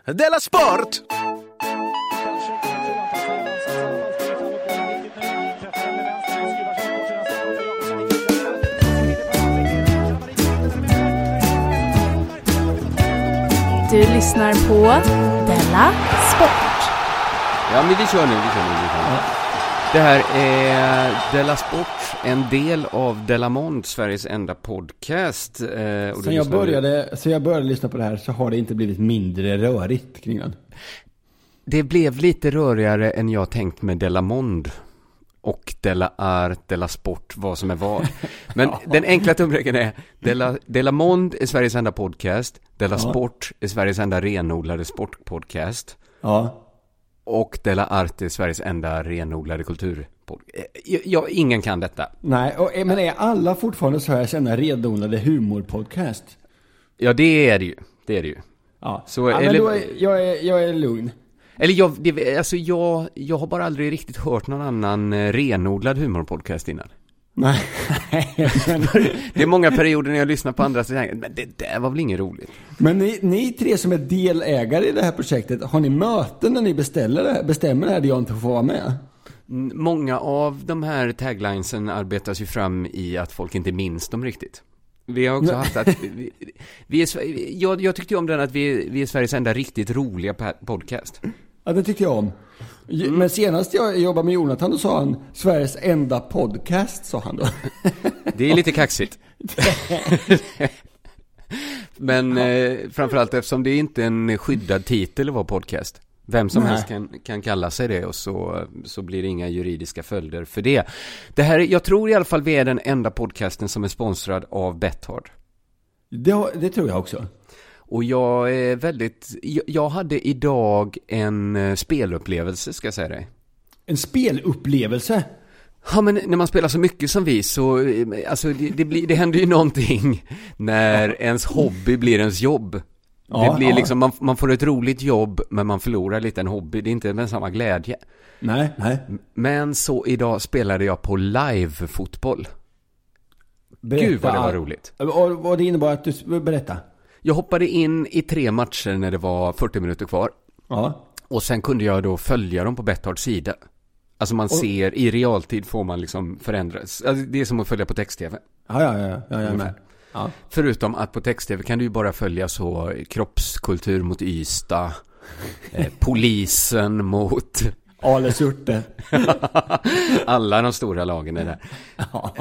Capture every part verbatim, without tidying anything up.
Della Sport! Du lyssnar på Della Sport. Ja, men vi kör nu, vi kör nu, vi kör nu. Ja. Det här är Della Sport, en del av Della Mond, Sveriges enda podcast. Eh, och sen, jag började, så jag började lyssna på det här så har det inte blivit mindre rörigt kring den. Det blev lite rörigare än jag tänkt med Della Mond och Della Art, Della Sport, vad som är vad. Men ja. Den enkla tumregeln är Della, Della Mond är Sveriges enda podcast, Della ja. Sport är Sveriges enda renodlade sportpodcast. Ja. Och Della Art är Sveriges enda renodlade kulturpodcast. Ja, ingen kan detta. Nej, och, men är alla fortfarande så här känna renodlade humorpodcast? Ja, det är det ju. Det är det ju. Ja, så, ja eller, men då är, jag, är, jag är lugn. Eller jag, det, alltså jag, jag har bara aldrig riktigt hört någon annan renodlad humorpodcast innan. Nej. Det är många perioder när jag lyssnar på andra säger, men det där var väl inget roligt. Men ni, ni tre som är delägare i det här projektet, har ni möten när ni beställer det här, bestämmer det här, det jag inte får vara med? Många av de här taglinesen arbetas ju fram i att folk inte minns dem riktigt. Vi har också haft att vi, vi är, jag, jag tyckte ju om den att vi, vi är Sveriges enda riktigt roliga podcast. Ja, det tycker jag om. Mm. Men senast jag jobbade med Jonathan, då sa han Sveriges enda podcast, sa han då. Det är lite kaxigt. Men ja. eh, framförallt eftersom det är inte en skyddad titel att vara podcast. Vem som Nej. helst kan, kan kalla sig det, och så, så blir det inga juridiska följder för det. Det här, jag tror i alla fall vi är den enda podcasten som är sponsrad av Betthard. Det, det tror jag också. Och jag är väldigt... Jag, jag hade idag en spelupplevelse, ska jag säga dig. En spelupplevelse? Ja, men när man spelar så mycket som vi så... Alltså det, det, blir, det händer ju någonting när ja. ens hobby blir ens jobb. Ja, det blir ja. liksom, man, man får ett roligt jobb, men man förlorar lite en hobby. Det är inte med samma glädje. Nej, nej. Men så idag spelade jag på live-fotboll. Berätta. Gud vad det var roligt. Och vad det innebar att du berätta. Jag hoppade in i tre matcher när det var fyrtio minuter kvar. Ja. Och sen kunde jag då följa dem på Bethards sida. Alltså man och... ser, i realtid får man liksom förändras. Alltså det är som att följa på text-tv. Ja, ja, ja. ja, ja, ja. Ja. Förutom att på text-tv kan du ju bara följa så kroppskultur mot Ystad, eh, polisen mot Ale Surte. Alla de stora lagen är där. Ja.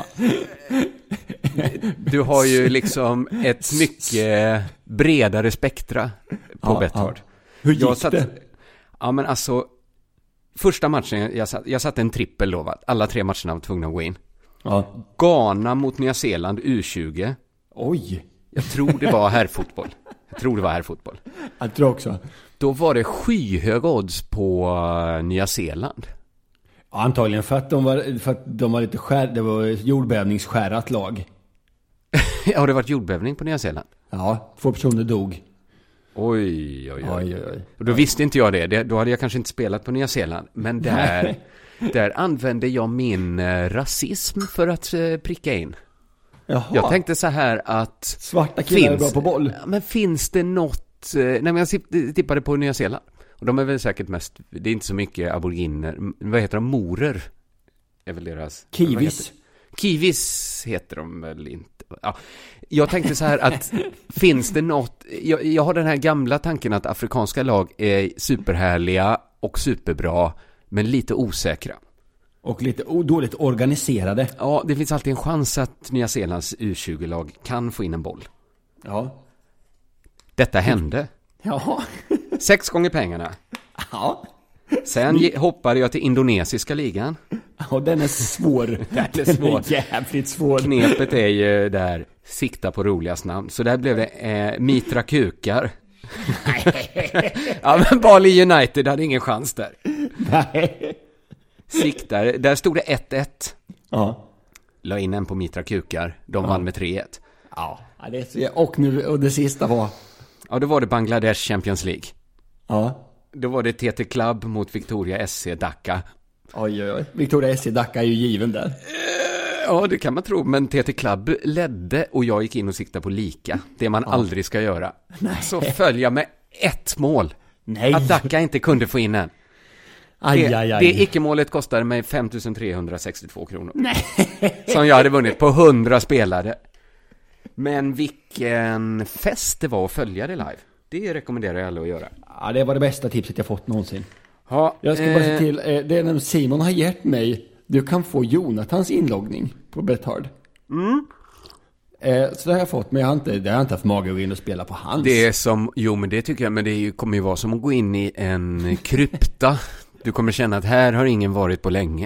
Du har ju liksom ett mycket bredare spektra på ja, Betthard. Ja. Hur gick jag satt, det? Ja, men alltså första matchen, jag satt, jag satt en trippel då, alla tre matcherna var tvungna att gå in. Ja. Ghana mot Nya Zeeland U tjugo. Oj. Jag tror det var herrfotboll. Jag tror det var herrfotboll. Jag tror också. Då var det skyhöga odds på Nya Zeeland. Ja, antagligen för att de var, för att de var lite skär, det var jordbävningsskärat lag. Ja, det varit jordbävning på Nya Zeeland. Ja, två personer dog. Oj, oj, oj. oj, oj, oj. Och då visste inte jag det. det. Då hade jag kanske inte spelat på Nya Zeeland. Men där, där använde jag min eh, rasism för att eh, pricka in. Jaha. Jag tänkte så här att... Svarta killar finns, är bra på boll. Men finns det något... Eh, nej, men jag tippade på Nya Zeeland. Och de är väl säkert mest... Det är inte så mycket aboriginer. Vad heter de? Morer? Är väl deras... Kiwis. Kiwis heter de väl inte. Ja. Jag tänkte så här att finns det något... Jag, jag har den här gamla tanken att afrikanska lag är superhärliga och superbra, men lite osäkra. Och lite dåligt organiserade. Ja, det finns alltid en chans att Nya Zeelands U tjugo-lag kan få in en boll. Ja. Detta hände. Ja. Sex gånger pengarna. Ja. Sen Ni... hoppade jag till indonesiska ligan. Ja, den är svår. Den är svår. Jävligt svår. Knepet är ju där, sikta på roligast namn. Så där blev det eh, Mitra Kukar. Ja, men Bali United hade ingen chans där. Nej. Siktar, där stod det ett ett. Ja. La in en på Mitra Kukar. De ja. vann med tre ett. Ja, det är så, och nu och det sista var. Ja, då var det Bangladesh Champions League. Ja. Då var det T T Club mot Victoria S C Dhaka. Oj, oj, oj. Victoria S C Dhaka är ju given där. Ja, det kan man tro. Men T T Club ledde och jag gick in och siktade på lika. Det man ja. aldrig ska göra. Nej. Så följa med ett mål. Nej. Att Dacca inte kunde få in en. Aj, Det, aj, aj. det icke-målet kostade mig fem tusen trehundrasextiotvå kronor. Nej. Som jag hade vunnit på hundra spelare. Men vilken fest det var att följa det live. Det rekommenderar jag alla att göra. Ja, det var det bästa tipset jag fått någonsin. Ja, Jag ska bara se eh, till, eh, det är när Simon har gett mig, du kan få Jonathans inloggning på Betthard. Mm. Eh, så det har jag fått, men jag har inte, det har jag inte haft mage att gå in och spela på hans. Det är som, jo men det tycker jag, men det är ju, kommer ju vara som att gå in i en krypta. Du kommer känna att här har ingen varit på länge.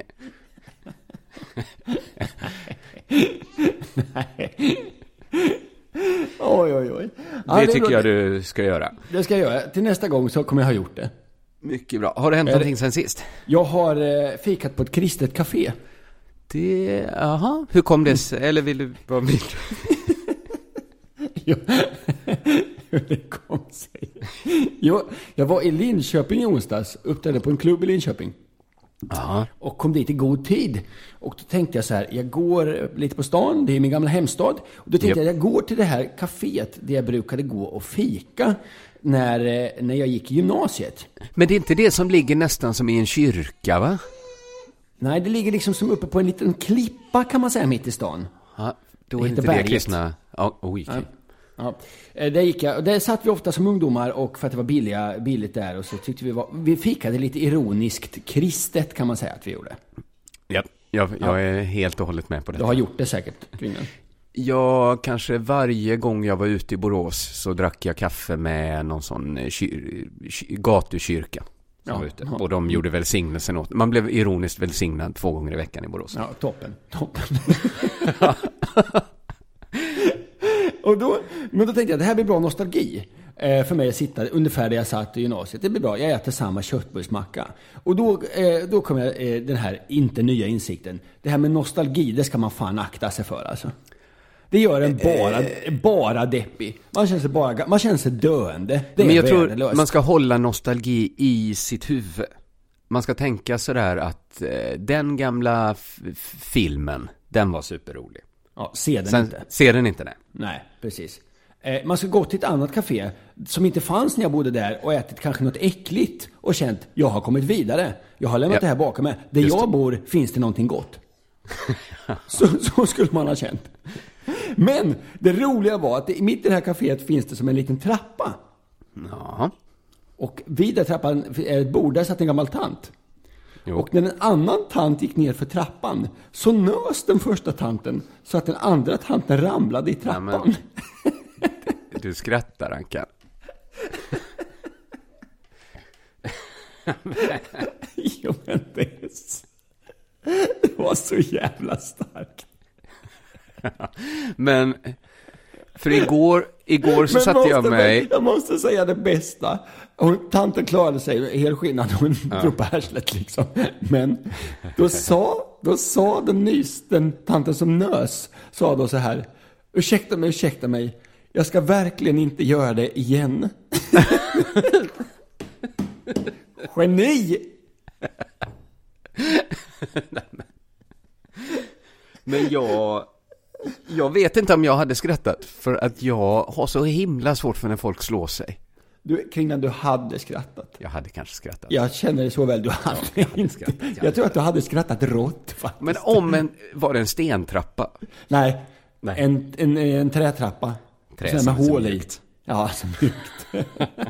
Nej. Oj, oj, oj. Ja, Det det tycker är jag bra. du ska göra. Det ska jag göra. Till nästa gång så kommer jag ha gjort det. Mycket bra. Har det hänt Är det- någonting sen sist? Jag har eh, fikat på ett kristet café. Det, aha. Hur kom det sig? Eller vill du, vad vill du? Ja. Hur det kom sig. Jo, jag var i Linköping i onsdags, uppträdde på en klubb i Linköping. Ja. Och kom dit i god tid. Och då tänkte jag så här, jag går lite på stan, det är min gamla hemstad. Och då tänkte Japp. jag, jag går till det här kaféet där jag brukade gå och fika när, eh, när jag gick i gymnasiet. Men det är inte det som ligger nästan som i en kyrka, va? Nej, det ligger liksom som uppe på en liten klippa kan man säga mitt i stan. Ja, då Det är heter inte det Berget. kristna. Ja, oj. Ja. Ja, eh, där gick jag, och där satt vi ofta som ungdomar och för att det var billiga, billigt där och så tyckte vi var, vi fikade lite ironiskt kristet kan man säga att vi gjorde. Ja, jag, jag är helt och hållet med på det. Du har gjort det säkert, kvinnan. Ja, kanske varje gång jag var ute i Borås så drack jag kaffe med någon sån kyr, kyr, gatukyrka som Ja, var ute. ja. Och de gjorde välsignelsen åt. Man blev ironiskt välsignad två gånger i veckan i Borås. Ja, toppen, toppen. och då, men då tänkte jag, det här blir bra nostalgi eh, för mig att sitta ungefär där jag satt i gymnasiet. Det blir bra, jag äter samma köttbullsmacka. Och då, eh, då kom jag eh, den här inte nya insikten. Det här med nostalgi, det ska man fan akta sig för alltså. Det gör en bara, bara deppig. Man känner sig, bara, man känner sig döende. Det är Men jag tror värdelöst. man ska hålla nostalgi i sitt huvud. Man ska tänka sådär att eh, den gamla f- f- filmen, den var superrolig. Ja, se den Sen inte. ser den inte det. Nej, precis. Eh, man ska gå till ett annat café som inte fanns när jag bodde där och ätit kanske något äckligt och känt, jag har kommit vidare. Jag har lämnat Ja. det här bakom mig. Där Just jag det. bor finns det någonting gott. så, så skulle man ha känt. Men det roliga var att det, mitt i det här kaféet finns det som en liten trappa. Ja. Och vid den trappan är ett bord, där satt en gammal tant. Jo. Och när en annan tant gick ner för trappan så nös den första tanten så att den andra tanten ramlade i trappan. Ja, men- Du skrattar, Anka. Jo, men det, är så... det var så jävla starkt. Men för igår, igår så Men satte jag måste- mig... Jag måste säga det bästa. Hon, tanten klarade sig helskinnad. Hon Ja. drog på härslet liksom. Men då sa, då sa den nys, den tanten som nös, sa då så här: ursäkta mig, ursäkta mig. Jag ska verkligen inte göra det igen. Geni! Men jag... Jag vet inte om jag hade skrattat. För att jag har så himla svårt för när folk slår sig. Du, Kringlan, du hade skrattat. Jag hade kanske skrattat. Jag känner det så väl, du hade inte. skrattat, ja. Jag tror att du hade skrattat rått faktiskt. Men om en... Var det en stentrappa? Nej, Nej. En, en, en trätrappa. Trä Sån här som- med som hål i. mjukt. Ja, som mjukt.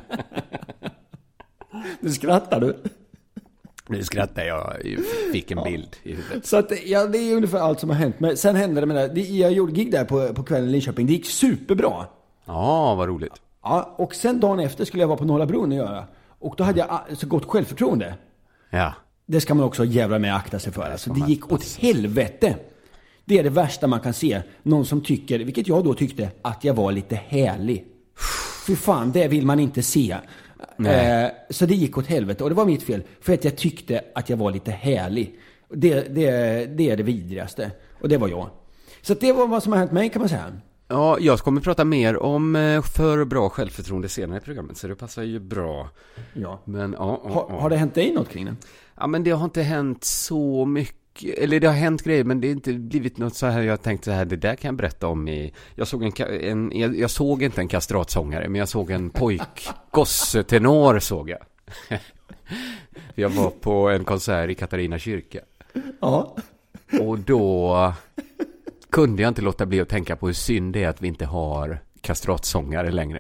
Du skrattar du. Nu skrattar jag. Fick en bild i huvudet. Så att, ja, det är ungefär allt som har hänt. Men sen hände det med det. det jag gjorde gig där på, på kvällen i Linköping. Det gick superbra. Ja, vad roligt. Ja, och sen dagen efter skulle jag vara på Norra Brunn och göra. Och då hade jag ah, så gott självförtroende. Ja. Det ska man också jävla med akta sig för. Alltså, det man- gick åt helvete. Det är det värsta man kan se. Någon som tycker, vilket jag då tyckte, att jag var lite härlig. Fy fan, det vill man inte se. Eh, så det gick åt helvete. Och det var mitt fel. För att jag tyckte att jag var lite härlig. Det, det, det är det vidrigaste. Och det var jag. Så det var vad som har hänt mig, kan man säga. Ja, jag kommer prata mer om eh, för bra självförtroende senare i programmet. Så det passar ju bra. Ja. Men ja, ja, Har, ja. har det hänt dig något kring det? Ja, men det har inte hänt så mycket. eller det har hänt grejer, men det har inte blivit något så här, jag tänkte så här, det där kan jag berätta om i, jag såg en, en jag, jag såg inte en kastratsångare, men jag såg en pojk, gossetenor såg jag. Jag var på en konsert i Katarina kyrka. Ja. Och då kunde jag inte låta bli att tänka på hur synd det är att vi inte har kastratsångare längre.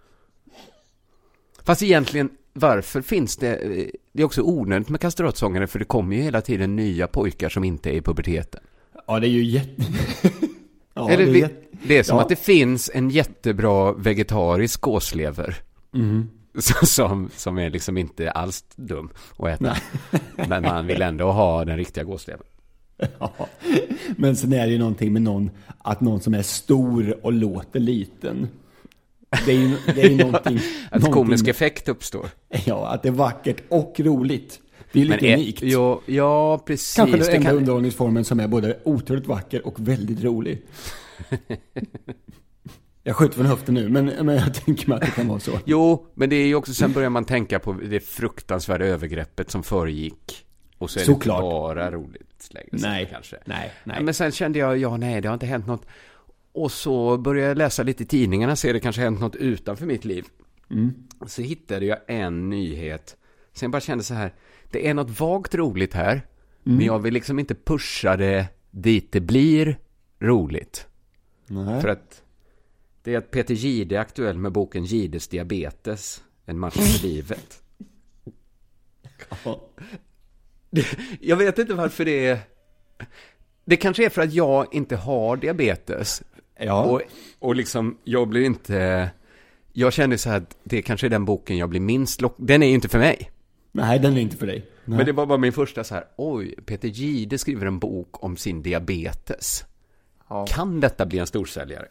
Fast egentligen, varför finns det... Det är också onödigt med kastratsångare, för det kommer ju hela tiden nya pojkar som inte är i puberteten. Ja, det är ju jätte... ja, Eller, det, är vi, jätte... det är som ja. att det finns en jättebra vegetarisk gåslever. Mm. Som, som är liksom inte alls dum att äta. Men man vill ändå ha den riktiga gåslevern. Ja. Men sen är det ju någonting med någon, att någon som är stor och låter liten. Det är ju, det är ju någonting... Att någonting komisk med, effekt uppstår. ja, att det är vackert och roligt. Det är ju lite Men är, unikt. Ja, ja, precis. Kanske den det enda kan... underhållningsformen som är både otroligt vacker och väldigt rolig. Jag skjuter från höften nu, men, men jag tänker mig att det kan vara så. Jo, men det är ju också, sen börjar man tänka på det fruktansvärda övergreppet som föregick. Och så är Såklart. det bara roligt längre Nej, sen, kanske. nej, nej. Ja, men sen kände jag, ja nej, det har inte hänt något. Och så började jag läsa lite i tidningarna, se det kanske hänt något utanför mitt liv. Mm. Så hittade jag en nyhet. Sen bara kände så här, det är något vagt roligt här. Mm. Men jag vill liksom inte pusha det dit det blir roligt. Nej. För att det är att Peter Gide är aktuell med boken Gides diabetes, en match för livet. Ja. Jag vet inte varför det är... Det kanske är för att jag inte har diabetes. Ja. Och, och liksom, jag blir inte... Jag känner så här att det kanske är den boken jag blir minst lock... Den är ju inte för mig. Nej, den är inte för dig. Nej. Men det var bara min första så här, oj, Peter Gide skriver en bok om sin diabetes. Ja. Kan detta bli en storsäljare?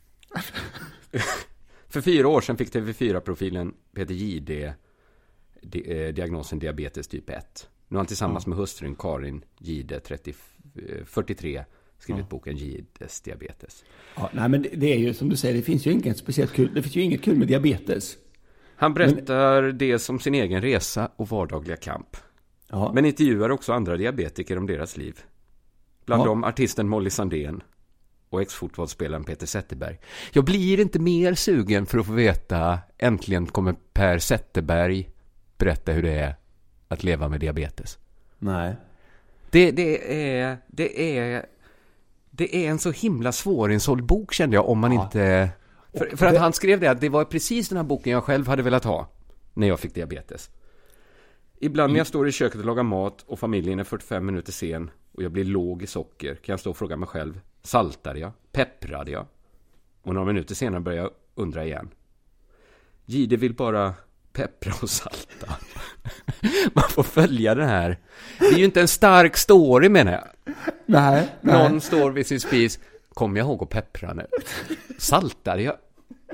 För fyra år sedan fick T V fyra-profilen Peter Gide di- eh, diagnosen diabetes typ ett. Nu har han tillsammans ja. med hustrun Karin Gide, trettio, fyrtiotre, skrivit ja. boken Gides diabetes. Ja, nej, men det, det är ju som du säger, det finns ju inget speciellt kul. Det finns ju inget kul med diabetes. Han berättar men... det som sin egen resa och vardagliga kamp. Ja. Men intervjuar också andra diabetiker om deras liv. Bland ja. dem artisten Molly Sandén och ex-fotbollsspelaren Peter Zetterberg. Jag blir inte mer sugen för att få veta, äntligen kommer Per Zetterberg berätta hur det är att leva med diabetes. Nej. Det, det, är, det, är, det är en så himla svårinsåld bok, kände jag, om man ja. inte... För, för att han skrev det att det var precis den här boken jag själv hade velat ha när jag fick diabetes. Ibland när jag står i köket och lagar mat och familjen är fyrtiofem minuter sen och jag blir låg i socker, kan jag stå och fråga mig själv, saltade jag? Pepprade jag? Och några minuter senare börjar jag undra igen. Gide vill bara peppra och salta. Man får följa den här. Det är ju inte en stark story, menar jag. Nej, Någon nej. står vid sin spis. Kommer jag ihåg att peppra nu? Saltade jag?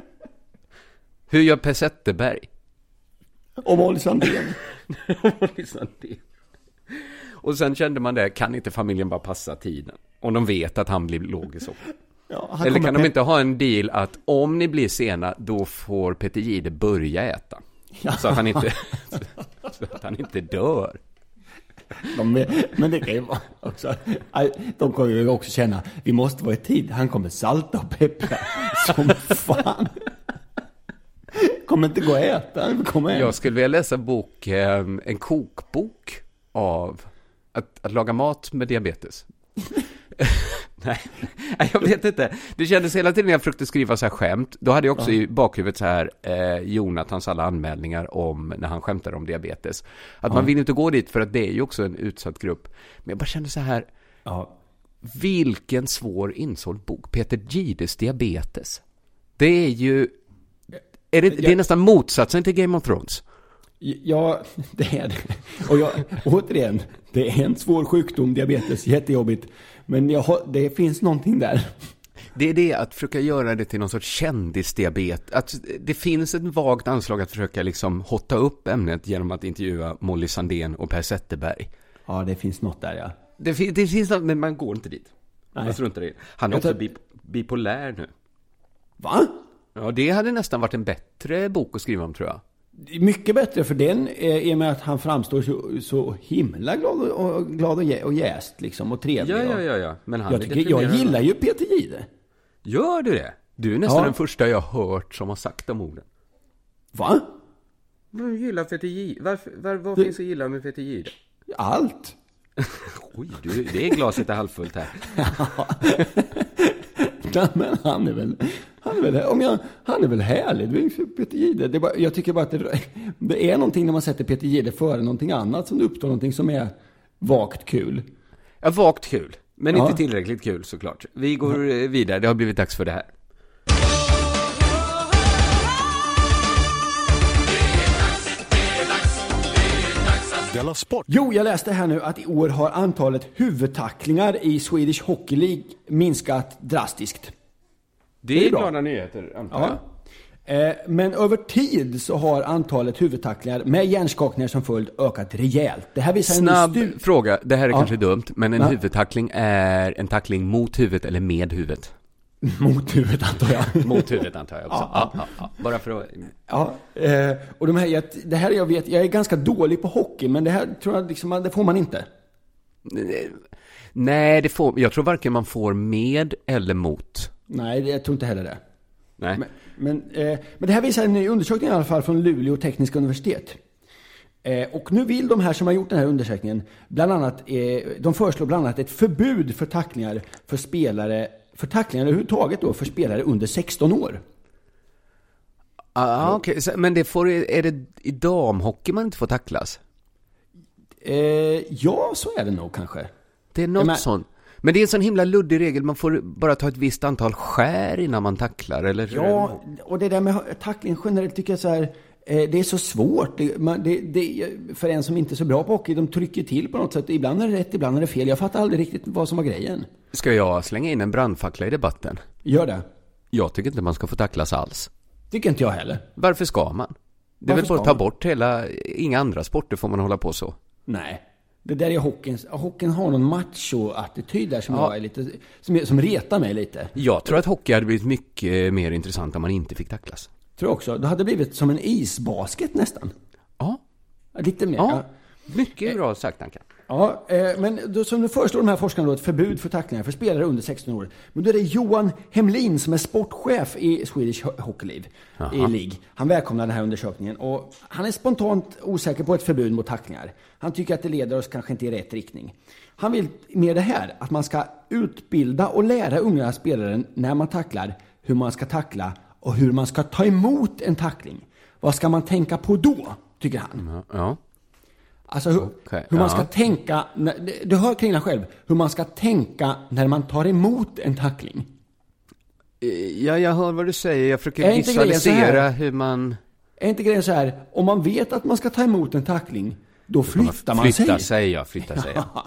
Hur gör Per Zetterberg? Och Molly Sandén. Molly Sandén. Och sen kände man det, kan inte familjen bara passa tiden? Om de vet att han blir låg i socker. Ja, eller kan de inte ha en deal att om ni blir sena, då får Peter Gide börja äta? Ja. Så, att han inte, så att han inte dör. De, men det kan ju vara också. De kommer ju också känna, vi måste vara i tid. Han kommer salta och peppra som fan. Kommer inte gå att äta. Kommer jag skulle vilja läsa bok, en kokbok av att, att laga mat med diabetes. Nej, jag vet inte. Det kändes hela tiden när jag försökte skriva så här skämt. Då hade jag också ja. i bakhuvudet så här eh, Jonathans alla anmälningar om när han skämtade om diabetes. Att ja. man vill inte gå dit för att det är ju också en utsatt grupp. Men jag bara kände så här, ja. vilken svår insåld bok. Peter Gides diabetes. Det är ju är det, det är nästan motsatsen till Game of Thrones. Ja, det är det. Och jag, återigen, det är en svår sjukdom, diabetes, jättejobbigt. Men jag har, det finns någonting där. Det är det att försöka göra det till någon sorts kändisdiabet. Att det finns ett vagt anslag att försöka liksom hotta upp ämnet genom att intervjua Molly Sandén och Per Zetterberg. Ja, det finns något där, ja. Det, det finns något, men man går inte dit. Nej. Man struntar i. Han är jag också tar... bip- bipolär nu. Va? Ja, det hade nästan varit en bättre bok att skriva om, tror jag. Mycket bättre för den i och med att han framstår så, så himla glad och, glad och, jä, och jäst liksom, och trevlig. Ja, ja, ja, ja. Men han jag, tycker, jag gillar ju Peter Jihde. Gör du det? Du är nästan ja. den första jag hört som har sagt de orden. Va? Vad gillar Peter Jihde? Varför, var, vad du... finns att gilla med Peter Jihde? Allt. Oj, du, det är glaset är halvfullt här. Ja, men han är väl, han är väl, om jag, han är väl härlig. Det är Peter Jihde. Det är bara, jag tycker bara att det, det är någonting när man sätter Peter Jihde före någonting annat som det uppstår någonting som är vagt kul. Ja, vagt kul. Men ja. inte tillräckligt kul såklart. Vi går ja. vidare. Det har blivit dags för det här. Sport. Jo, jag läste här nu att i år har antalet huvudtacklingar i Swedish Hockey League minskat drastiskt. Det är, det är glada nyheter, antar jag. Ja. Men över tid så har antalet huvudtacklingar med hjärnskakningar som följd ökat rejält. Det här visar Snabb en stu- fråga, det här är ja. kanske dumt, men en ja. huvudtackling är en tackling mot huvudet eller med huvudet? Mot huvudet antar jag. Mot huvudet antar jag också. Ja, ja, ja. Bara för att... Ja, eh, och de här, det här jag vet, jag är ganska dålig på hockey, men det här tror jag liksom, det får man inte. Nej, det får, jag tror varken man får med eller mot. Nej, det, jag tror inte heller det. Nej. Men, men, eh, men det här visar en ny undersökning i alla fall från Luleå tekniska universitet. Eh, och nu vill de här som har gjort den här undersökningen bland annat, eh, de föreslår bland annat ett förbud för tacklingar för spelare, för tacklingar överhuvudtaget då, för spelare under sexton år. Ah, okej. Okay. Men det får, är det i damhockey man inte får tacklas? Eh, ja, så är det nog kanske. Det är något men, sånt. Men det är en sån himla luddig regel. Man får bara ta ett visst antal skär innan man tacklar, eller? Ja, och det där med tackling generellt tycker jag så här, eh, det är så svårt. Det, man, det, det, för en som inte är så bra på hockey, de trycker till på något sätt. Ibland är det rätt, ibland är det fel. Jag fattar aldrig riktigt vad som var grejen. Ska jag slänga in en brandfackla i debatten? Gör det. Jag tycker inte man ska få tacklas alls. Tycker inte jag heller. Varför ska man? Det är väl bara att ta bort hela, inga andra sporter får man hålla på så. Nej. Det där är hockeyn. Hockeyn har någon macho-attityd där som, ja. jag är lite, som, som retar mig lite. Jag tror att hockey hade blivit mycket mer intressant om man inte fick tacklas. Tror också. Det hade blivit som en isbasket nästan. Ja. Lite mer. Ja. Mycket bra sagt, Anka. Ja, eh, men då, som nu föreslår de här forskarna då ett förbud för tacklingar för spelare under sexton år. Men då är det Johan Hemlin som är sportchef i Swedish Hockey League, i League. Han välkomnar den här undersökningen och han är spontant osäker på ett förbud mot tacklingar. Han tycker att det leder oss kanske inte i rätt riktning. Han vill med det här att man ska utbilda och lära unga spelare när man tacklar hur man ska tackla och hur man ska ta emot en tackling. Vad ska man tänka på då, tycker han? Ja. Alltså hur, okay, hur man ja. ska tänka, du hör Kringlan själv, hur man ska tänka när man tar emot en tackling. Ja, jag hör vad du säger. Jag försöker visualisera hur man... Är inte grejen så här, om man vet att man ska ta emot en tackling, då flyttar man, man sig. Flytta sig, ja, flytta sig. Ja.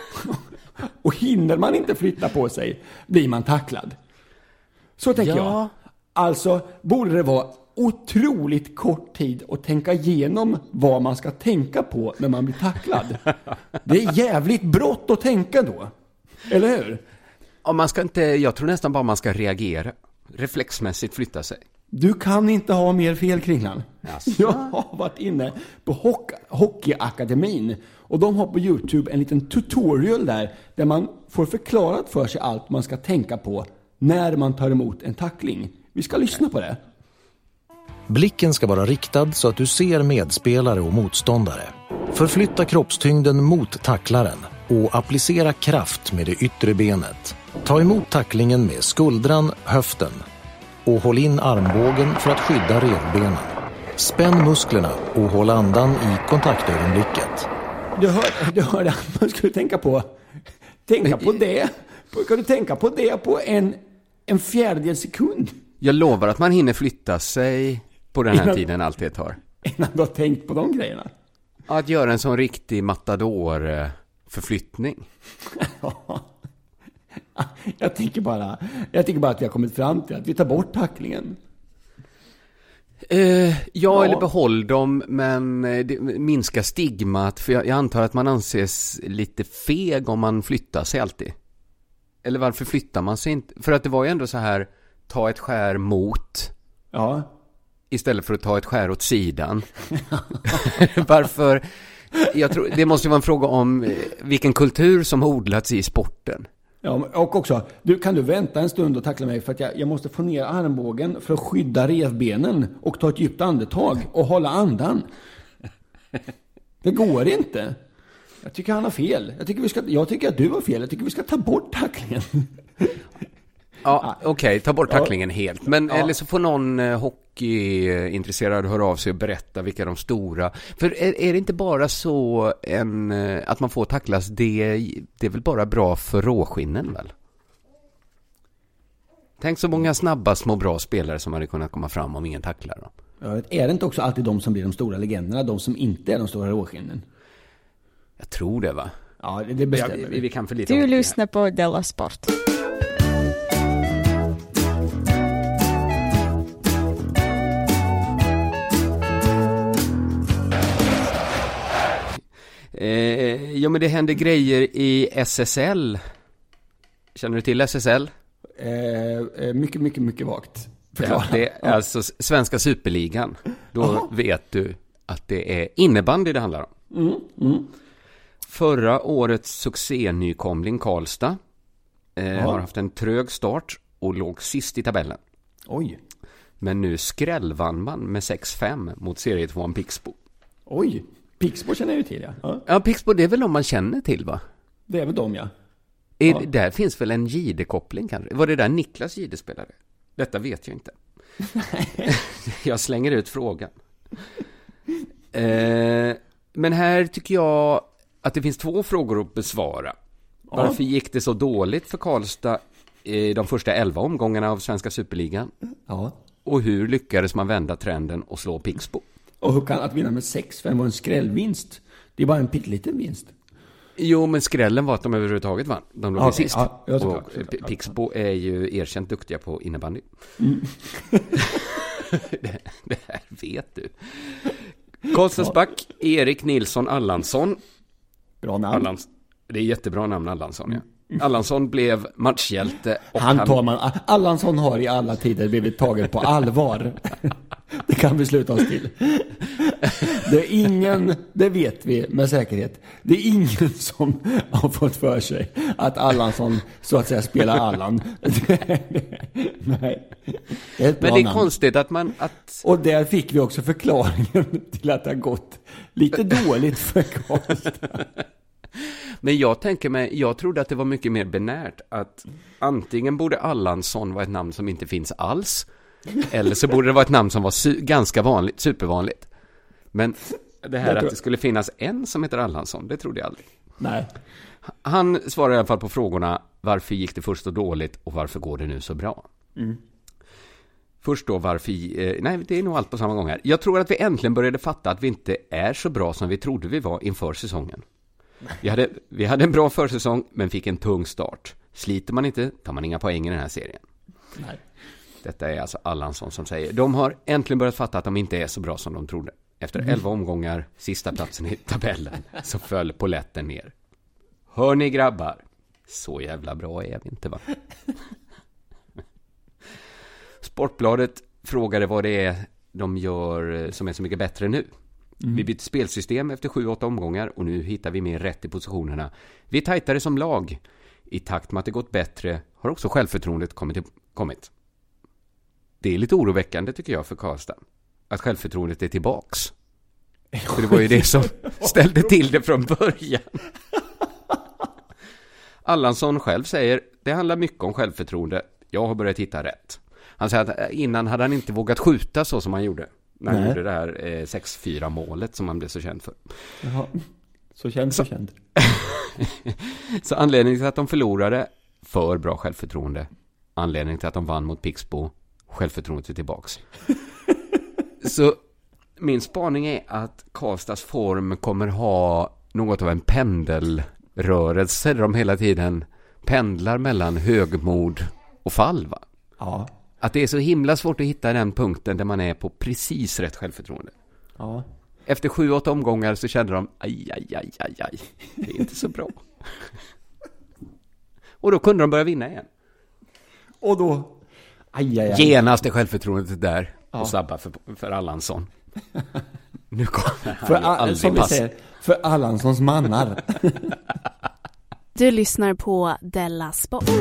Och hinner man inte flytta på sig, blir man tacklad. Så tänker ja. jag. Alltså, borde det vara otroligt kort tid att tänka igenom vad man ska tänka på när man blir tacklad. Det är jävligt brått att tänka då. Eller hur? Ja, man ska inte, jag tror nästan bara man ska reagera. Reflexmässigt flytta sig. Du kan inte ha mer fel, Kringlan. Jaså. Jag har varit inne på Hock- Hockeyakademin. Och de har på YouTube en liten tutorial där. Där man får förklarat för sig allt man ska tänka på när man tar emot en tackling. Vi ska lyssna på det. Blicken ska vara riktad så att du ser medspelare och motståndare. Förflytta kroppstyngden mot tacklaren och applicera kraft med det yttre benet. Ta emot tacklingen med skuldran, höften och håll in armbågen för att skydda revbenen. Spänn musklerna och håll andan i kontaktögonblicket. Du hör, du hör att man skulle tänka på, tänka på det. Kan du tänka på det på en, en fjärdedel sekund? Jag lovar att man hinner flytta sig på den här innan, tiden allt det tar. Innan du har tänkt på de grejerna. Att göra en sån riktig matador-förflyttning. Ja. Jag tänker bara, jag tänker bara att vi har kommit fram till att vi tar bort tacklingen. Uh, ja, ja, eller behåll dem, men det minskar stigmat. För jag, jag antar att man anses lite feg om man flyttar sig alltid. Eller varför flyttar man sig inte? För att det var ju ändå så här, ta ett skär mot. Ja. istället för att ta ett skär åt sidan? Varför? Jag tror, det måste vara en fråga om vilken kultur som har odlats i sporten. Ja, och också, du, kan du vänta en stund och tackla mig för att jag, jag måste få ner armbågen för att skydda revbenen och ta ett djupt andetag och hålla andan. Det går inte. Jag tycker han har fel. Jag tycker, vi ska, jag tycker att du har fel. Jag tycker vi ska ta bort tacklingen. Ja, okej, okay, ta bort tacklingen ja. helt. Men ja. Eller så får någon eh, hockeyintresserad höra av sig och berätta vilka de stora. För är, är det inte bara så en, att man får tacklas, det, det är väl bara bra för råskinnen väl? Tänk så många snabba, små, bra spelare som hade kunnat komma fram om ingen tacklar dem. Ja, är det inte också alltid de som blir de stora legenderna, de som inte är de stora råskinnen? Jag tror det, va? Ja, det bestämmer ja, vi. vi. Vi kan för lite du lyssnar på Della Sport. Eh, ja, men det händer grejer i S S L. Känner du till S S L? Eh, mycket, mycket, mycket vagt. Ja, det är alltså svenska superligan. Då Aha. vet du att det är innebandy det handlar om. Mm, mm. Förra årets succé-nykomling Karlstad eh, har haft en trög start och låg sist i tabellen. Oj. Men nu skrällvann man med sex fem mot serietvåan Pixbo. Oj, Pixbo känner jag ju till, ja. Ja, ja Pixbo, det är väl de man känner till, va? Det är väl de, ja. Är, ja. Där finns väl en Gide-koppling kanske? Var det där Niklas Gide spelade? Detta vet jag inte. Jag slänger ut frågan. Eh, men här tycker jag att det finns två frågor att besvara. Ja. Varför gick det så dåligt för Karlstad i de första elva omgångarna av Svenska Superligan? Ja. Och hur lyckades man vända trenden och slå Pixbo? Och hur kan att vinna med sex fem var en skrällvinst? Det är bara en pittliten vinst. Jo, men skrällen var att de överhuvudtaget vann. De låg okay, sist. Ja, jag och Pixbo är ju erkänt duktiga på innebandy. Mm. det, det här vet du. Karlstadsback, Erik Nilsson Allansson. Bra namn. Allans, det är jättebra namn, Allansson, ja. Allansson blev matchhjälte. Och han tar man, Allansson har i alla tider blivit taget på allvar. Det kan vi sluta oss till. Det är ingen, det vet vi med säkerhet. Det är ingen som har fått för sig att Allansson så att säga spelar Allan. Nej. Det är ett bra Men det är namn. konstigt att man... Att... Och där fick vi också förklaringen till att det har gått lite dåligt för Karlstad. Men jag tänker mig, jag trodde att det var mycket mer binärt att antingen borde Allansson vara ett namn som inte finns alls, eller så borde det vara ett namn som var su- ganska vanligt, supervanligt. Men det här att det skulle finnas en som heter Allansson, det trodde jag aldrig. Nej. Han svarar i alla fall på frågorna: varför gick det först så dåligt och varför går det nu så bra? Mm. Först då varför, eh, nej det är nog allt på samma gång här. Jag tror att vi äntligen började fatta att vi inte är så bra som vi trodde vi var inför säsongen. Vi hade, vi hade en bra försäsong men fick en tung start. Sliter man inte tar man inga poäng i den här serien. Nej. Detta är alltså Allansson som säger. De har äntligen börjat fatta att de inte är så bra som de trodde. Efter mm. elva omgångar, sista platsen i tabellen, så föll poletten ner. Hör ni grabbar? Så jävla bra är vi inte, va? Sportbladet frågade vad det är de gör som är så mycket bättre nu. Mm. Vi bytte spelsystem efter sju åtta omgångar och nu hittar vi mer rätt i positionerna. Vi är tajtare som lag. I takt med att det gått bättre har också självförtroendet kommit. kommit. Det är lite oroväckande tycker jag för Karlstad. Att självförtroendet är tillbaks. För det var ju det som ställde till det från början. Allansson själv säger det handlar mycket om självförtroende. Jag har börjat hitta rätt. Han säger att innan hade han inte vågat skjuta så som han gjorde. När han Nej. gjorde det här eh, sex fyra målet som han blev så känd för. Jaha. Så känd, så, så känd. Så anledningen till att de förlorade, för bra självförtroende. Anledningen till att de vann mot Pixbo, självförtroendet är tillbaks. Så min spaning är att Karlstads form kommer ha något av en pendelrörelse där de hela tiden pendlar mellan högmod och fall, va? Ja. Att det är så himla svårt att hitta den punkten där man är på precis rätt självförtroende. Ja. Efter sju, åtta omgångar så kände de aj, aj, aj, aj, aj. Det är inte så bra. Och då kunde de börja vinna igen. Och då aj, aj, aj. Genast är självförtroendet där. och sabba för, för Allansson. Nu kommer han för, ju aldrig som vi passa. säger, för Allanssons mannar. Du lyssnar på Della Sport.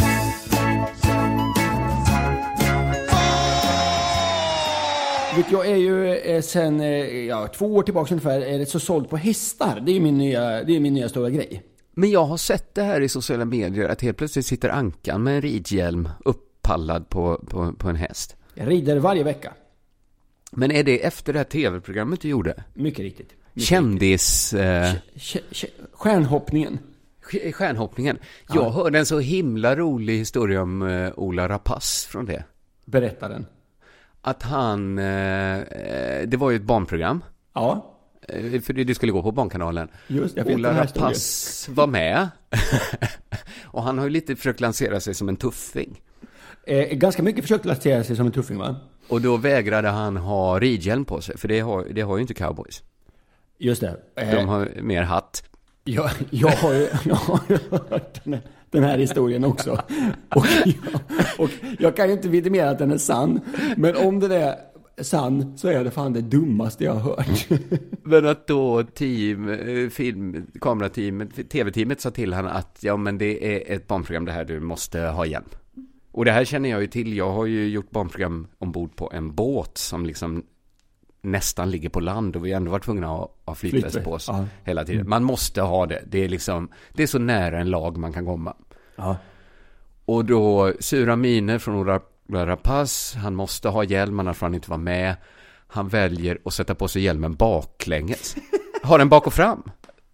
Jag är ju eh, sen eh, ja, två år tillbaka ungefär är det så såld på hästar. Det är min nya, det är min nya stora grej. Men jag har sett det här i sociala medier att helt plötsligt sitter Ankan med en ridhjälm uppallad på, på, på en häst. Jag rider varje vecka. Men är det efter det här tv-programmet du gjorde? Mycket riktigt. Mycket Kändis... Eh, riktigt. Sh- sh- stjärnhoppningen. stjärnhoppningen. Jag Ja. hörde en så himla rolig historia om eh, Ola Rapace från det. Berätta den. Att han... Eh, det var ju ett barnprogram. Ja, Eh, För det du skulle gå på Barnkanalen. just jag vet Ola den här Rapace var med. Och han har ju lite försökt lansera sig som en tuffing. Eh, ganska mycket försökt lansera sig som en tuffing, va? Och då vägrade han ha ridhjälm på sig. För det har, det har ju inte cowboys. Just det. Eh, De har mer hatt. jag, jag, har ju, jag har ju hört den här, den här historien också. Och jag, och jag kan ju inte vidimera att den är sann. Men om den är sann så är det fan det dummaste jag har hört. Men att då team, eh, film, kamerateamet, tv-teamet sa till han att ja men det är ett barnprogram det här, du måste ha hjälm. Och det här känner jag ju till, jag har ju gjort barnprogram ombord på en båt som liksom nästan ligger på land och vi har ändå varit tvungna att ha flytväst på oss Ja. hela tiden. Man måste ha det, det är liksom, det är så nära en lag man kan komma. Ja. Och då sura miner från Ola Rapace, han måste ha hjälm, annars får han inte vara med. Han väljer att sätta på sig hjälmen baklänges. Har den bak och fram.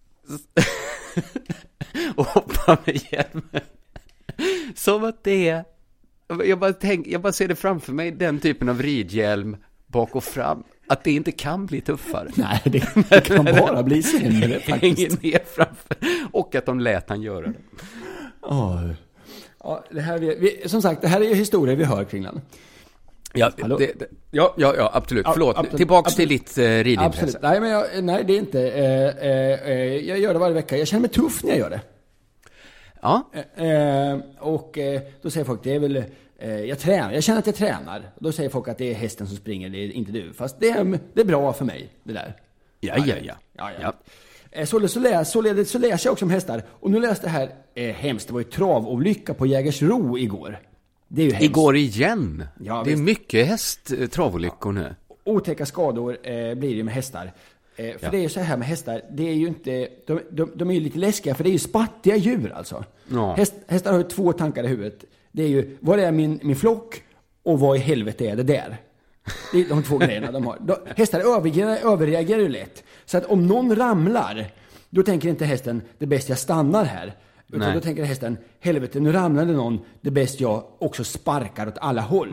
Och hoppar med hjälmen. Som att det är... Jag bara, tänk, jag bara ser det framför mig, den typen av ridhjälm bak och fram. Att det inte kan bli tuffare. Nej, det kan bara bli sämre faktiskt. Hänger ner framför. Och att de lät han göra det. Oh. Ja, det här vi, vi, som sagt, det här är ju historier vi hör kring den. Ja, Hallå? det, det, ja, ja, ja, absolut. Ja, Förlåt, absolut, tillbaks absolut. till ditt eh, ridintresse. Absolut. Nej, men jag, nej, det är inte. Eh, eh, eh, jag gör det varje vecka. Jag känner mig tuff när jag gör det. Ja, Eh, och eh, då säger folk, det är väl, eh, jag tränar, jag känner att jag tränar. Då säger folk att det är hästen som springer, det är inte du. Fast det är, det är bra för mig, det där. ja, ja, ja. ja, ja. ja. Eh, Således så, läs, således så läser jag också om hästar. Och nu läste jag här, eh, hemskt, det var ju travolycka på Jägersro igår. Det är ju hemskt. Igår igen. Ja, det är visst. mycket hästtravolyckor nu. Otäcka skador eh, blir det ju med hästar. Eh, för Ja. det är ju så här med hästar, det är ju inte, de, de, de är ju lite läskiga för det är ju spattiga djur alltså. Ja. Häst, hästar har ju två tankar i huvudet. Det är ju, vad är min, min flock och vad i helvete är det där? Det är de två grejerna de har. De, hästar överreagerar, överreagerar ju lätt. Så att om någon ramlar, då tänker inte hästen, det är bäst jag stannar här. Utan Nej. då tänker hästen, helvete nu ramlade någon, det är bäst jag också sparkar åt alla håll.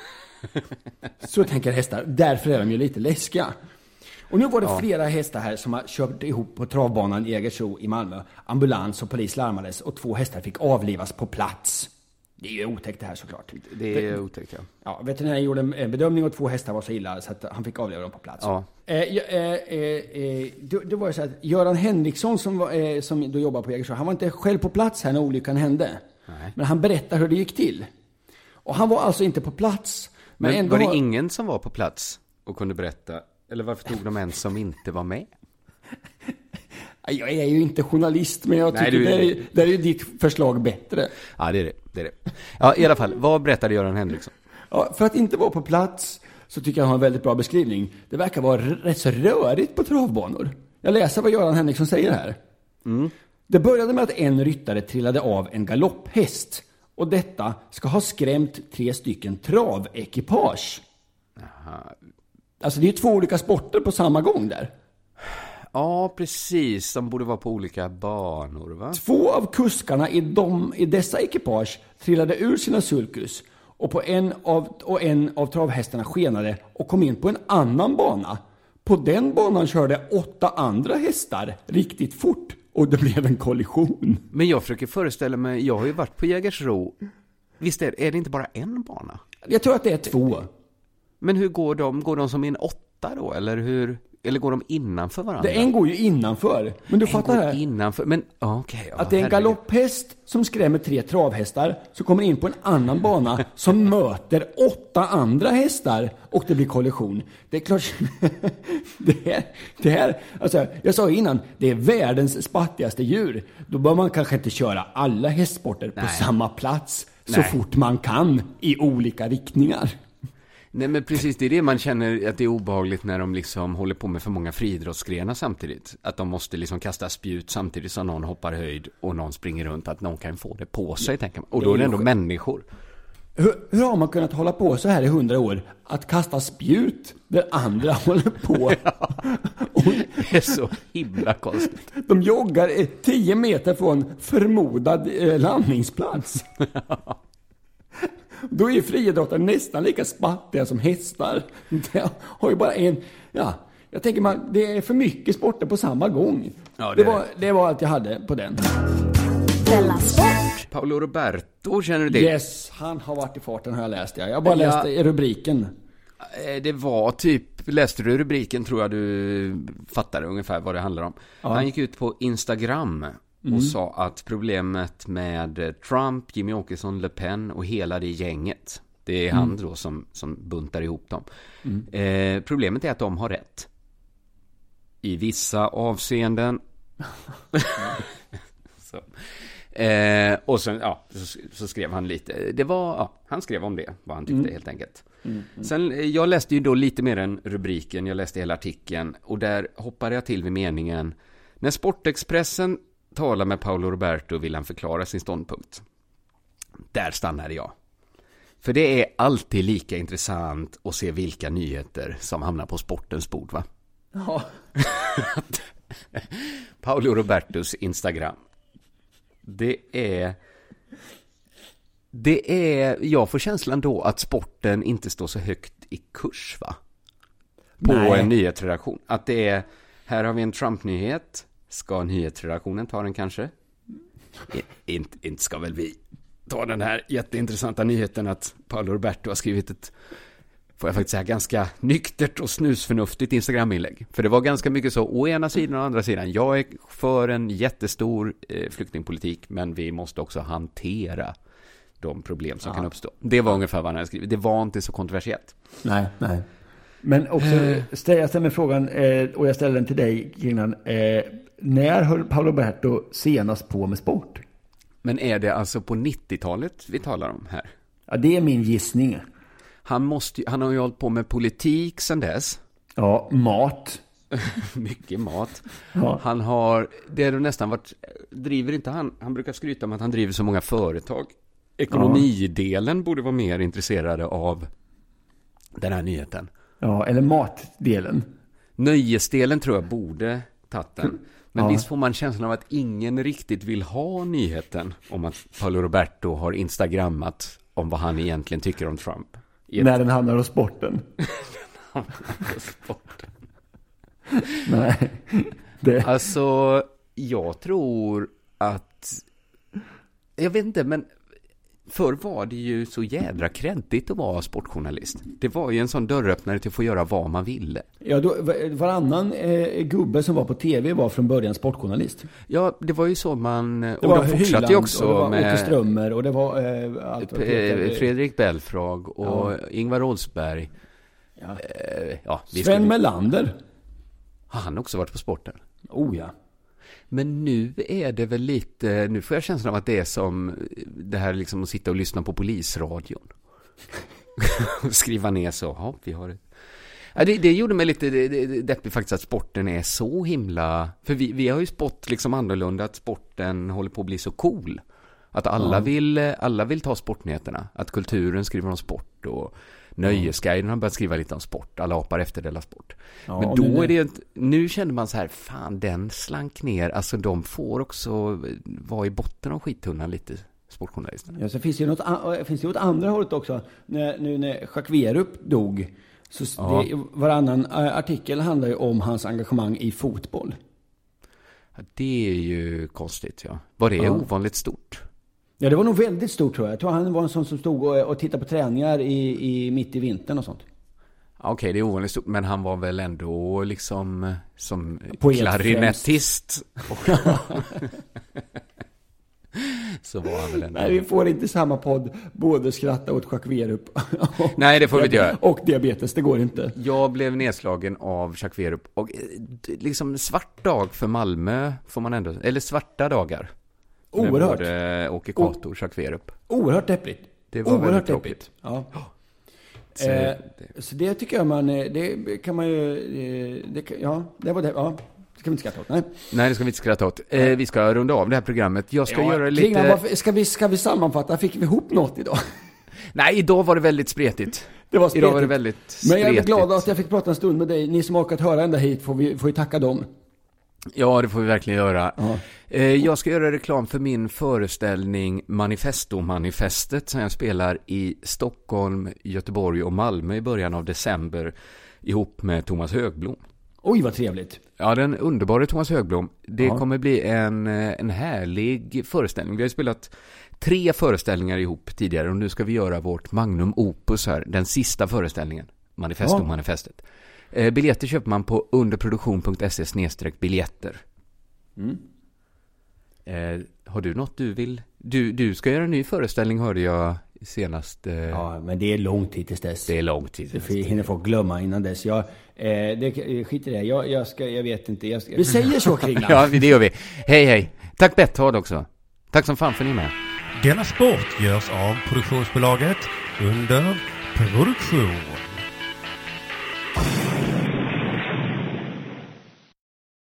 Så tänker hästar, därför är de ju lite läskiga. Och nu var det flera hästar här som har kört ihop på travbanan i Jägersro i Malmö. Ambulans och polis larmades och två hästar fick avlivas på plats. Det är ju otäckt det här såklart. Det är otäckt, ja. Ja, veterinären gjorde en bedömning och två hästar var så illa så att han fick avliva dem på plats. Ja. Eh, ja, eh, eh, då, då var det så att Göran Henriksson som, var, eh, som då jobbar på Jägersro, han var inte själv på plats här när olyckan hände. Nej. Men han berättar hur det gick till. Och han var alltså inte på plats. Men, Men ändå var det har- ingen som var på plats och kunde berätta? Eller varför tog de en som inte var med? Jag är ju inte journalist, men jag Nej, tycker du- det, är, det är ju ditt förslag bättre. Ja, det är det. det, är det. Ja, i alla fall. Vad berättade Göran Henriksson? Ja, för att inte vara på plats så tycker jag han har en väldigt bra beskrivning. Det verkar vara r- rätt så rörigt på travbanor. Jag läser vad Göran Henriksson säger här. Det började med att en ryttare trillade av en galopphäst. Och detta ska ha skrämt tre stycken travekipage. Alltså det är ju två olika sporter på samma gång där. Ja, precis. De borde vara på olika banor, va? Två av kuskarna i, de, i dessa ekipage trillade ur sina sulkus och, på en av, och en av travhästarna skenade och kom in på en annan bana. På den banan körde åtta andra hästar riktigt fort och det blev en kollision. Men jag försöker föreställa mig, jag har ju varit på Jägersro. Visst är, är det inte bara en bana? Jag tror att det är två. Men hur går de? Går de som en åtta då? Eller hur? eller går de innanför varandra? Det en går ju innanför. Men du en fattar går det? innanför. Men, ja, okej. Okay, ja, att det är en galopphäst som skrämmer tre travhästar, så kommer in på en annan bana som möter åtta andra hästar och det blir kollision. Det är klart. det här, det här, alltså, jag sa innan, det är världens spattigaste djur. Då bör man kanske inte köra alla hästsporter Nej. på samma plats så Nej. fort man kan i olika riktningar. Nej, men precis, det är det man känner att det är obehagligt när de liksom håller på med för många friidrottsgrenar samtidigt. Att de måste liksom kasta spjut samtidigt som någon hoppar höjd och någon springer runt, att någon kan få det på sig, tänker man. Och då är det ändå människor. Hur, hur har man kunnat hålla på så här i hundra år? Att kasta spjut där andra håller på. Och det är så himla konstigt. De joggar tio meter från förmodad eh, landningsplats. Då är friidrottare nästan lika spattiga som hästar. Det har ju bara en... Ja, jag tänker man, det är för mycket sporter på samma gång. Ja, det, det, var, det var allt jag hade på den. Paolo Roberto, känner du det? Yes, han har varit i farten, har jag läst. Jag, jag bara ja, läste i rubriken. Det var typ... Läste du rubriken, tror jag du fattade ungefär vad det handlar om. Ja. Han gick ut på Instagram... och mm. sa att problemet med Trump, Jimmy Åkesson, Le Pen och hela det gänget, det är mm. han då som, som buntar ihop dem. Mm. Eh, problemet är att de har rätt. I vissa avseenden. så. Eh, och sen, ja, så, så skrev han lite. Det var, ja, han skrev om det, vad han tyckte mm. helt enkelt. Mm. Mm. Sen, jag läste ju då lite mer än rubriken, jag läste hela artikeln. Och där hoppade jag till vid meningen: när Sportexpressen talar med Paolo Roberto vill han förklara sin ståndpunkt. Där stannade jag. För det är alltid lika intressant att se vilka nyheter som hamnar på sportens bord, va? Ja. Paolo Robertos Instagram. Det är... Det är... Jag får känslan då att sporten inte står så högt i kurs, va? På Nej. en nyhetsredaktion. Att det är... Här har vi en Trump-nyhet. Ska nyhetsredaktionen ta den kanske? I, inte, inte ska väl vi ta den här jätteintressanta nyheten att Paolo Roberto har skrivit ett, får jag faktiskt säga, ganska nyktert och snusförnuftigt Instagram-inlägg. För det var ganska mycket så, å ena sidan och å andra sidan. Jag är för en jättestor eh, flyktingpolitik, men vi måste också hantera de problem som ja. kan uppstå. Det var ungefär vad han hade skrivit. Det var inte så kontroversiellt. Nej, nej. Men också, jag ställer frågan, och jag ställer den till dig, Kringlan. När höll Paolo Roberto senast på med sport? Men är det alltså på nittiotalet vi talar om här? Ja, det är min gissning. Han, måste, han har ju hållit på med politik sedan dess. Ja, mat. Mycket mat. Ja. Han har, det är nästan varit, driver inte han, han brukar skryta om att han driver så många företag. Ekonomidelen ja. borde vara mer intresserade av den här nyheten. Ja, eller matdelen. Nöjesdelen tror jag borde tatt den. Men ja. visst får man känslan av att ingen riktigt vill ha nyheten om att Paolo Roberto har instagrammat om vad han egentligen tycker om Trump. Ett... När den hamnar hos sporten. Den hamnar hos sporten. Nej. Det... Alltså, jag tror att... Jag vet inte, men... Förr var det ju så jädra kreddigt att vara sportjournalist. Det var ju en sån dörröppnare till att få göra vad man ville. Ja, då, varannan eh, gubbe som var på tv var från början sportjournalist. Ja, det var ju så man... Det och var de fortsatte ju också och det var med... Åke Strömmer och det var... Eh, allt vad det Fredrik Belfrag och ja. Ingvar Oldsberg. Ja. Eh, ja, Sven skulle... Melander. Har han också varit på sporten? Oh ja. Men nu är det väl lite, nu får jag känslan av att det är som det här liksom att sitta och lyssna på polisradion. Skriva ner så, ja, vi har det. Ja, det, det gjorde mig lite deppig faktiskt att sporten är så himla, för vi, vi har ju spott liksom annorlunda att sporten håller på att bli så cool. Att alla, ja. vill, alla vill ta sportnyheterna, att kulturen skriver om sport och Nöjesguiden har börjat skriva lite om sport. Alla apar efter Della Sport. Ja, men då är det ju inte... Nu känner man så här, fan, den slank ner. Alltså de får också vara i botten av skittunnan lite, sportjournalisterna. Ja, så finns det ju något, finns det ju åt andra hållet också. När, nu när Jacques Werup dog, så ja. det, varannan artikel handlar ju om hans engagemang i fotboll. Ja, det är ju konstigt, ja. Var det ja. ovanligt stort? Ja, det var nog väldigt stort, tror jag. Jag tror han var en sån som stod och, och tittade på träningar i, i mitt i vintern och sånt. Okej, okay, det är ovanligt stort, men han var väl ändå liksom som Poet klarinettist. Så var han väl ändå. Nej, vi får inte samma podd både skratta åt Jacques Werup. Nej, det får vi inte göra. Och diabetes, det går inte. Jag blev nedslagen av Jacques Werup och liksom svart dag för Malmö får man ändå, eller svarta dagar. Oerhört. Både Åke Cato och Jacques Werup. Oerhört deppligt. Det var Oerhört väldigt deppigt. jobbigt. Ja. Så, eh, det. så det tycker jag man, det kan man ju, det, ja, det var det, ja. Det ska vi inte skratta åt, nej. Nej, det ska vi inte skratta åt. Eh, vi ska runda av det här programmet. Jag ska ja, göra lite... Klingan, varför, ska, vi, ska vi sammanfatta? Fick vi ihop något idag? Nej, idag var det väldigt spretigt. Det var spretigt. Idag var det väldigt spretigt. Men jag är glad att jag fick prata en stund med dig. Ni som har orkat höra ända hit får vi får ju tacka dem. Ja, det får vi verkligen göra. Ja. Eh, jag ska göra reklam för min föreställning Manifesto-manifestet som jag spelar i Stockholm, Göteborg och Malmö i början av december ihop med Thomas Högblom. Oj, vad trevligt. Ja, den underbara Thomas Högblom. Det Ja. kommer bli en, en härlig föreställning. Vi har spelat tre föreställningar ihop tidigare och nu ska vi göra vårt magnum opus här. Den sista föreställningen, Manifesto-manifestet. Eh, biljetter köper man på underproduktion.se snedstreck biljetter. Mm. Eh, har du något du vill? Du, du ska göra en ny föreställning hörde jag senast. Eh, Ja, men det är lång tid tills dess. Det är lång tid. Det hinner folk glömma innan dess. Jag, eh, det, skit i det. Jag, jag, ska, jag vet inte. Jag ska, vi säger så, Kringlan. Ja, det gör vi. Hej, hej. Tack Betthard också. Tack som fan för ni med. Della Sport görs av produktionsbolaget Under Produktion.